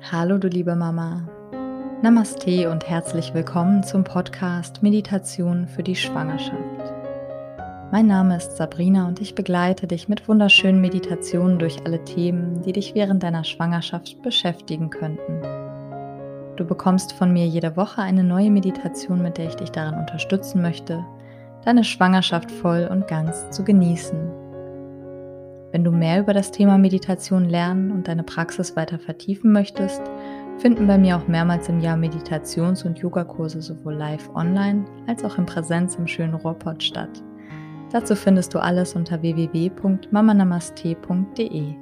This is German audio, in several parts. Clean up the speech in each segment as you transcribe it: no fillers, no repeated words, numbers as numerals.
Hallo du liebe Mama, Namaste und herzlich willkommen zum Podcast Meditation für die Schwangerschaft. Mein Name ist Sabrina und ich begleite dich mit wunderschönen Meditationen durch alle Themen, die dich während deiner Schwangerschaft beschäftigen könnten. Du bekommst von mir jede Woche eine neue Meditation, mit der ich dich darin unterstützen möchte, deine Schwangerschaft voll und ganz zu genießen. Wenn du mehr über das Thema Meditation lernen und deine Praxis weiter vertiefen möchtest, finden bei mir auch mehrmals im Jahr Meditations- und Yogakurse sowohl live online als auch in Präsenz im schönen Ruhrpott statt. Dazu findest du alles unter www.mamanamaste.de.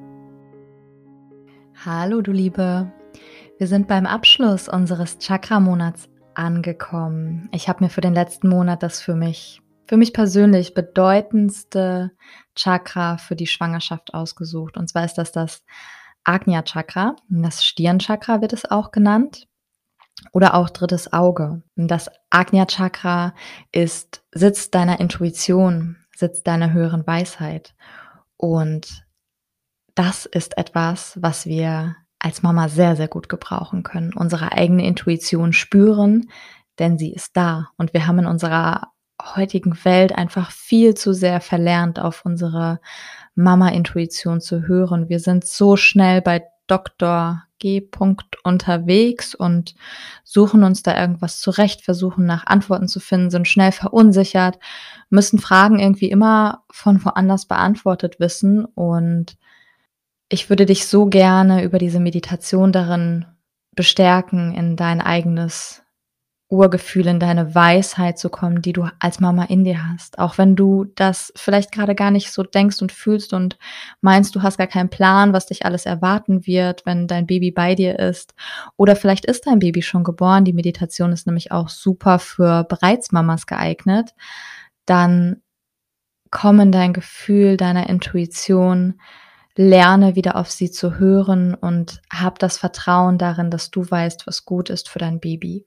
Hallo du Liebe, wir sind beim Abschluss unseres Chakra-Monats angekommen. Ich habe mir für den letzten Monat das für mich persönlich bedeutendste Chakra für die Schwangerschaft ausgesucht. Und zwar ist das Ajna Chakra. Das Stirnchakra wird es auch genannt oder auch drittes Auge. Und das Ajna Chakra ist Sitz deiner Intuition, Sitz deiner höheren Weisheit. Und das ist etwas, was wir als Mama sehr, sehr gut gebrauchen können. Unsere eigene Intuition spüren, denn sie ist da. Und wir haben in unserer heutigen Welt einfach viel zu sehr verlernt, auf unsere Mama-Intuition zu hören. Wir sind so schnell bei Dr. G. unterwegs und suchen uns da irgendwas zurecht, versuchen nach Antworten zu finden, sind schnell verunsichert, müssen Fragen irgendwie immer von woanders beantwortet wissen. Und ich würde dich so gerne über diese Meditation darin bestärken, in dein eigenes Urgefühl, in deine Weisheit zu kommen, die du als Mama in dir hast. Auch wenn du das vielleicht gerade gar nicht so denkst und fühlst und meinst, du hast gar keinen Plan, was dich alles erwarten wird, wenn dein Baby bei dir ist. Oder vielleicht ist dein Baby schon geboren. Die Meditation ist nämlich auch super für bereits Mamas geeignet. Dann komm in dein Gefühl, deiner Intuition, lerne wieder auf sie zu hören und hab das Vertrauen darin, dass du weißt, was gut ist für dein Baby.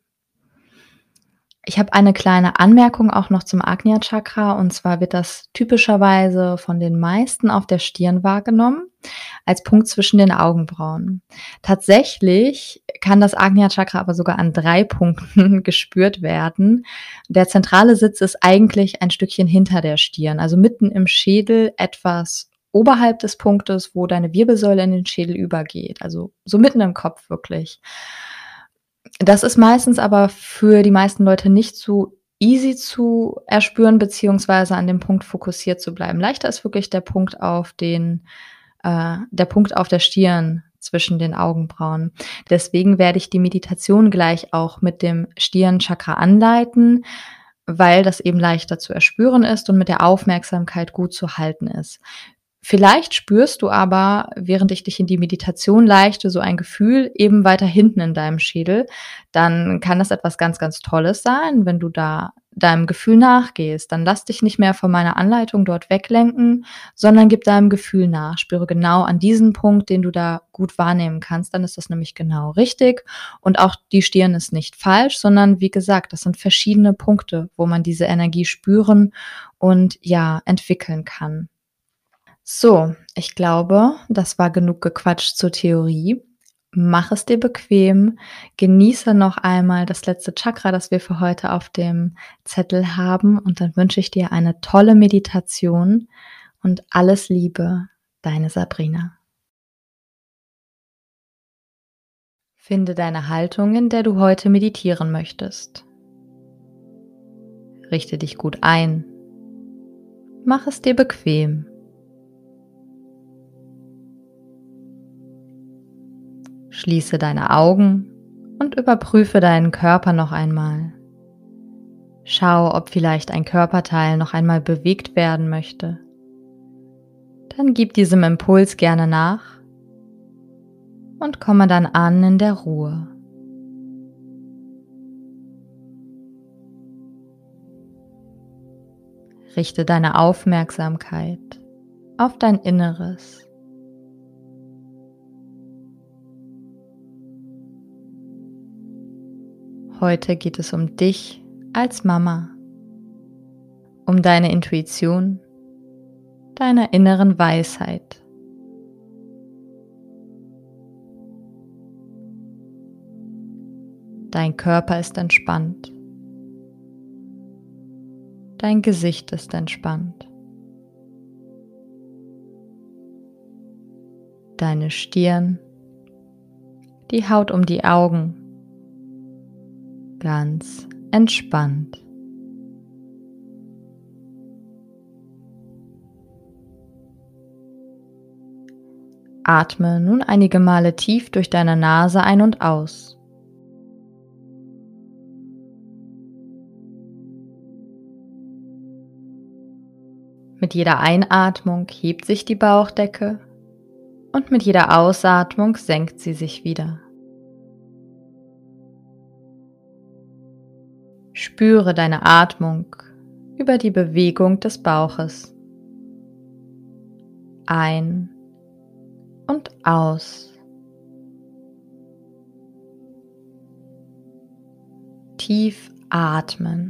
Ich habe eine kleine Anmerkung auch noch zum Ajna Chakra, und zwar wird das typischerweise von den meisten auf der Stirn wahrgenommen, als Punkt zwischen den Augenbrauen. Tatsächlich kann das Ajna Chakra aber sogar an 3 Punkten gespürt werden. Der zentrale Sitz ist eigentlich ein Stückchen hinter der Stirn, also mitten im Schädel, etwas oberhalb des Punktes, wo deine Wirbelsäule in den Schädel übergeht, also so mitten im Kopf wirklich. Das ist meistens aber für die meisten Leute nicht so easy zu erspüren, beziehungsweise an dem Punkt fokussiert zu bleiben. Leichter ist wirklich der Punkt auf der Stirn zwischen den Augenbrauen. Deswegen werde ich die Meditation gleich auch mit dem Stirnchakra anleiten, weil das eben leichter zu erspüren ist und mit der Aufmerksamkeit gut zu halten ist. Vielleicht spürst du aber, während ich dich in die Meditation leite, so ein Gefühl eben weiter hinten in deinem Schädel. Dann kann das etwas ganz, ganz Tolles sein, wenn du da deinem Gefühl nachgehst. Dann lass dich nicht mehr von meiner Anleitung dort weglenken, sondern gib deinem Gefühl nach. Spüre genau an diesen Punkt, den du da gut wahrnehmen kannst. Dann ist das nämlich genau richtig. Und auch die Stirn ist nicht falsch, sondern wie gesagt, das sind verschiedene Punkte, wo man diese Energie spüren und ja, entwickeln kann. So, ich glaube, das war genug gequatscht zur Theorie. Mach es dir bequem, genieße noch einmal das letzte Chakra, das wir für heute auf dem Zettel haben, und dann wünsche ich dir eine tolle Meditation und alles Liebe, deine Sabrina. Finde deine Haltung, in der du heute meditieren möchtest. Richte dich gut ein. Mach es dir bequem. Schließe deine Augen und überprüfe deinen Körper noch einmal. Schau, ob vielleicht ein Körperteil noch einmal bewegt werden möchte. Dann gib diesem Impuls gerne nach und komme dann an in der Ruhe. Richte deine Aufmerksamkeit auf dein Inneres. Heute geht es um dich als Mama, um deine Intuition, deiner inneren Weisheit. Dein Körper ist entspannt. Dein Gesicht ist entspannt. Deine Stirn, die Haut um die Augen, ganz entspannt. Atme nun einige Male tief durch deine Nase ein und aus. Mit jeder Einatmung hebt sich die Bauchdecke und mit jeder Ausatmung senkt sie sich wieder. Spüre deine Atmung über die Bewegung des Bauches. Ein und aus. Tief atmen.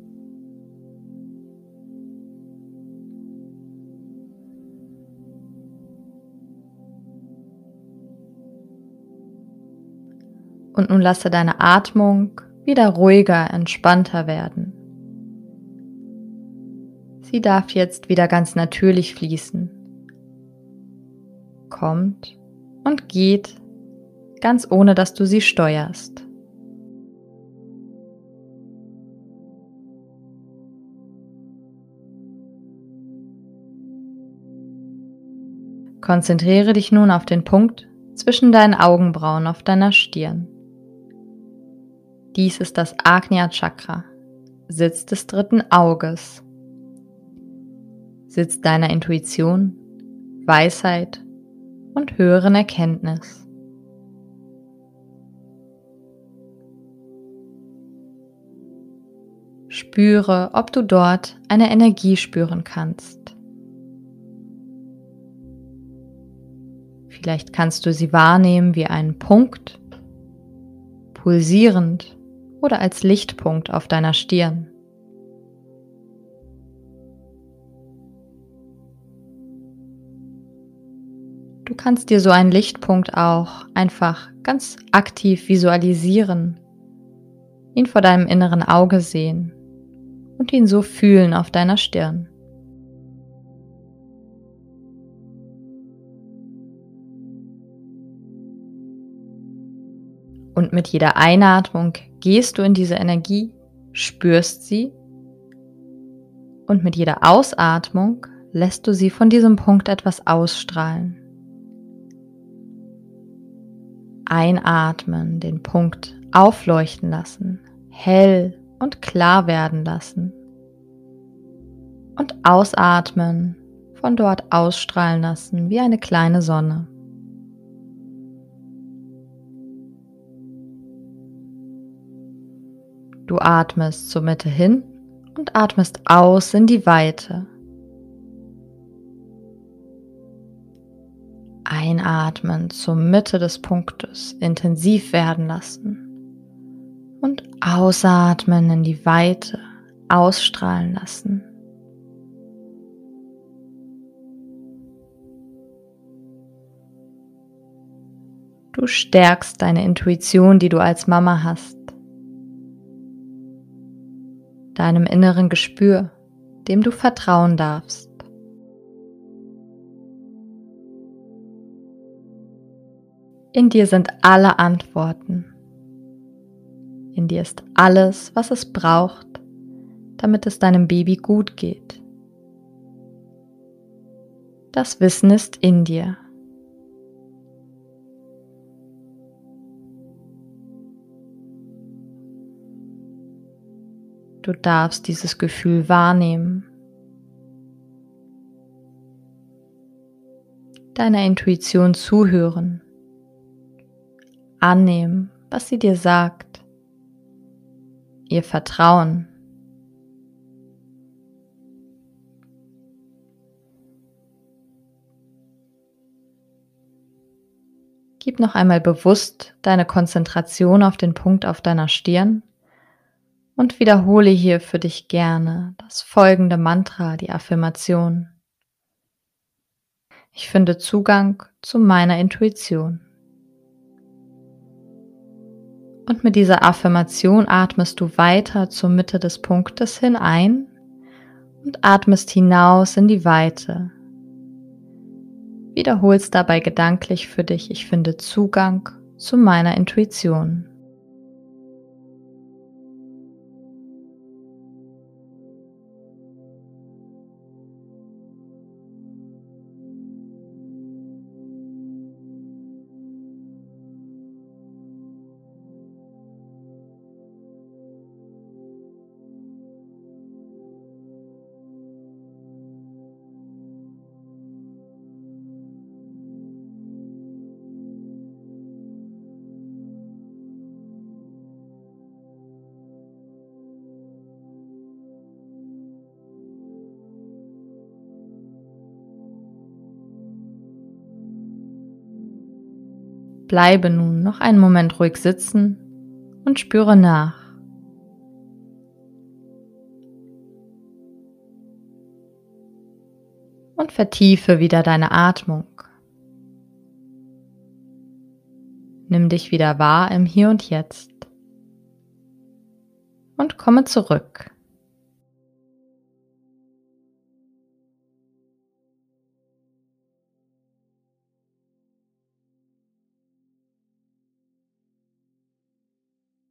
Und nun lasse deine Atmung wieder ruhiger, entspannter werden. Sie darf jetzt wieder ganz natürlich fließen. Kommt und geht, ganz ohne dass du sie steuerst. Konzentriere dich nun auf den Punkt zwischen deinen Augenbrauen auf deiner Stirn. Dies ist das Ajna Chakra, Sitz des dritten Auges, Sitz deiner Intuition, Weisheit und höheren Erkenntnis. Spüre, ob du dort eine Energie spüren kannst. Vielleicht kannst du sie wahrnehmen wie einen Punkt, pulsierend oder als Lichtpunkt auf deiner Stirn. Du kannst dir so einen Lichtpunkt auch einfach ganz aktiv visualisieren, ihn vor deinem inneren Auge sehen und ihn so fühlen auf deiner Stirn. Und mit jeder Einatmung gehst du in diese Energie, spürst sie und mit jeder Ausatmung lässt du sie von diesem Punkt etwas ausstrahlen. Einatmen, den Punkt aufleuchten lassen, hell und klar werden lassen. Und ausatmen, von dort ausstrahlen lassen wie eine kleine Sonne. Du atmest zur Mitte hin und atmest aus in die Weite. Einatmen zur Mitte des Punktes, intensiv werden lassen. Und ausatmen in die Weite, ausstrahlen lassen. Du stärkst deine Intuition, die du als Mama hast. Deinem inneren Gespür, dem du vertrauen darfst. In dir sind alle Antworten. In dir ist alles, was es braucht, damit es deinem Baby gut geht. Das Wissen ist in dir. Du darfst dieses Gefühl wahrnehmen. Deiner Intuition zuhören. Annehmen, was sie dir sagt. Ihr Vertrauen. Gib noch einmal bewusst deine Konzentration auf den Punkt auf deiner Stirn und wiederhole hier für dich gerne das folgende Mantra, die Affirmation. Ich finde Zugang zu meiner Intuition. Und mit dieser Affirmation atmest du weiter zur Mitte des Punktes hin ein und atmest hinaus in die Weite. Wiederholst dabei gedanklich für dich: Ich finde Zugang zu meiner Intuition. Bleibe nun noch einen Moment ruhig sitzen und spüre nach. Und vertiefe wieder deine Atmung. Nimm dich wieder wahr im Hier und Jetzt und komme zurück.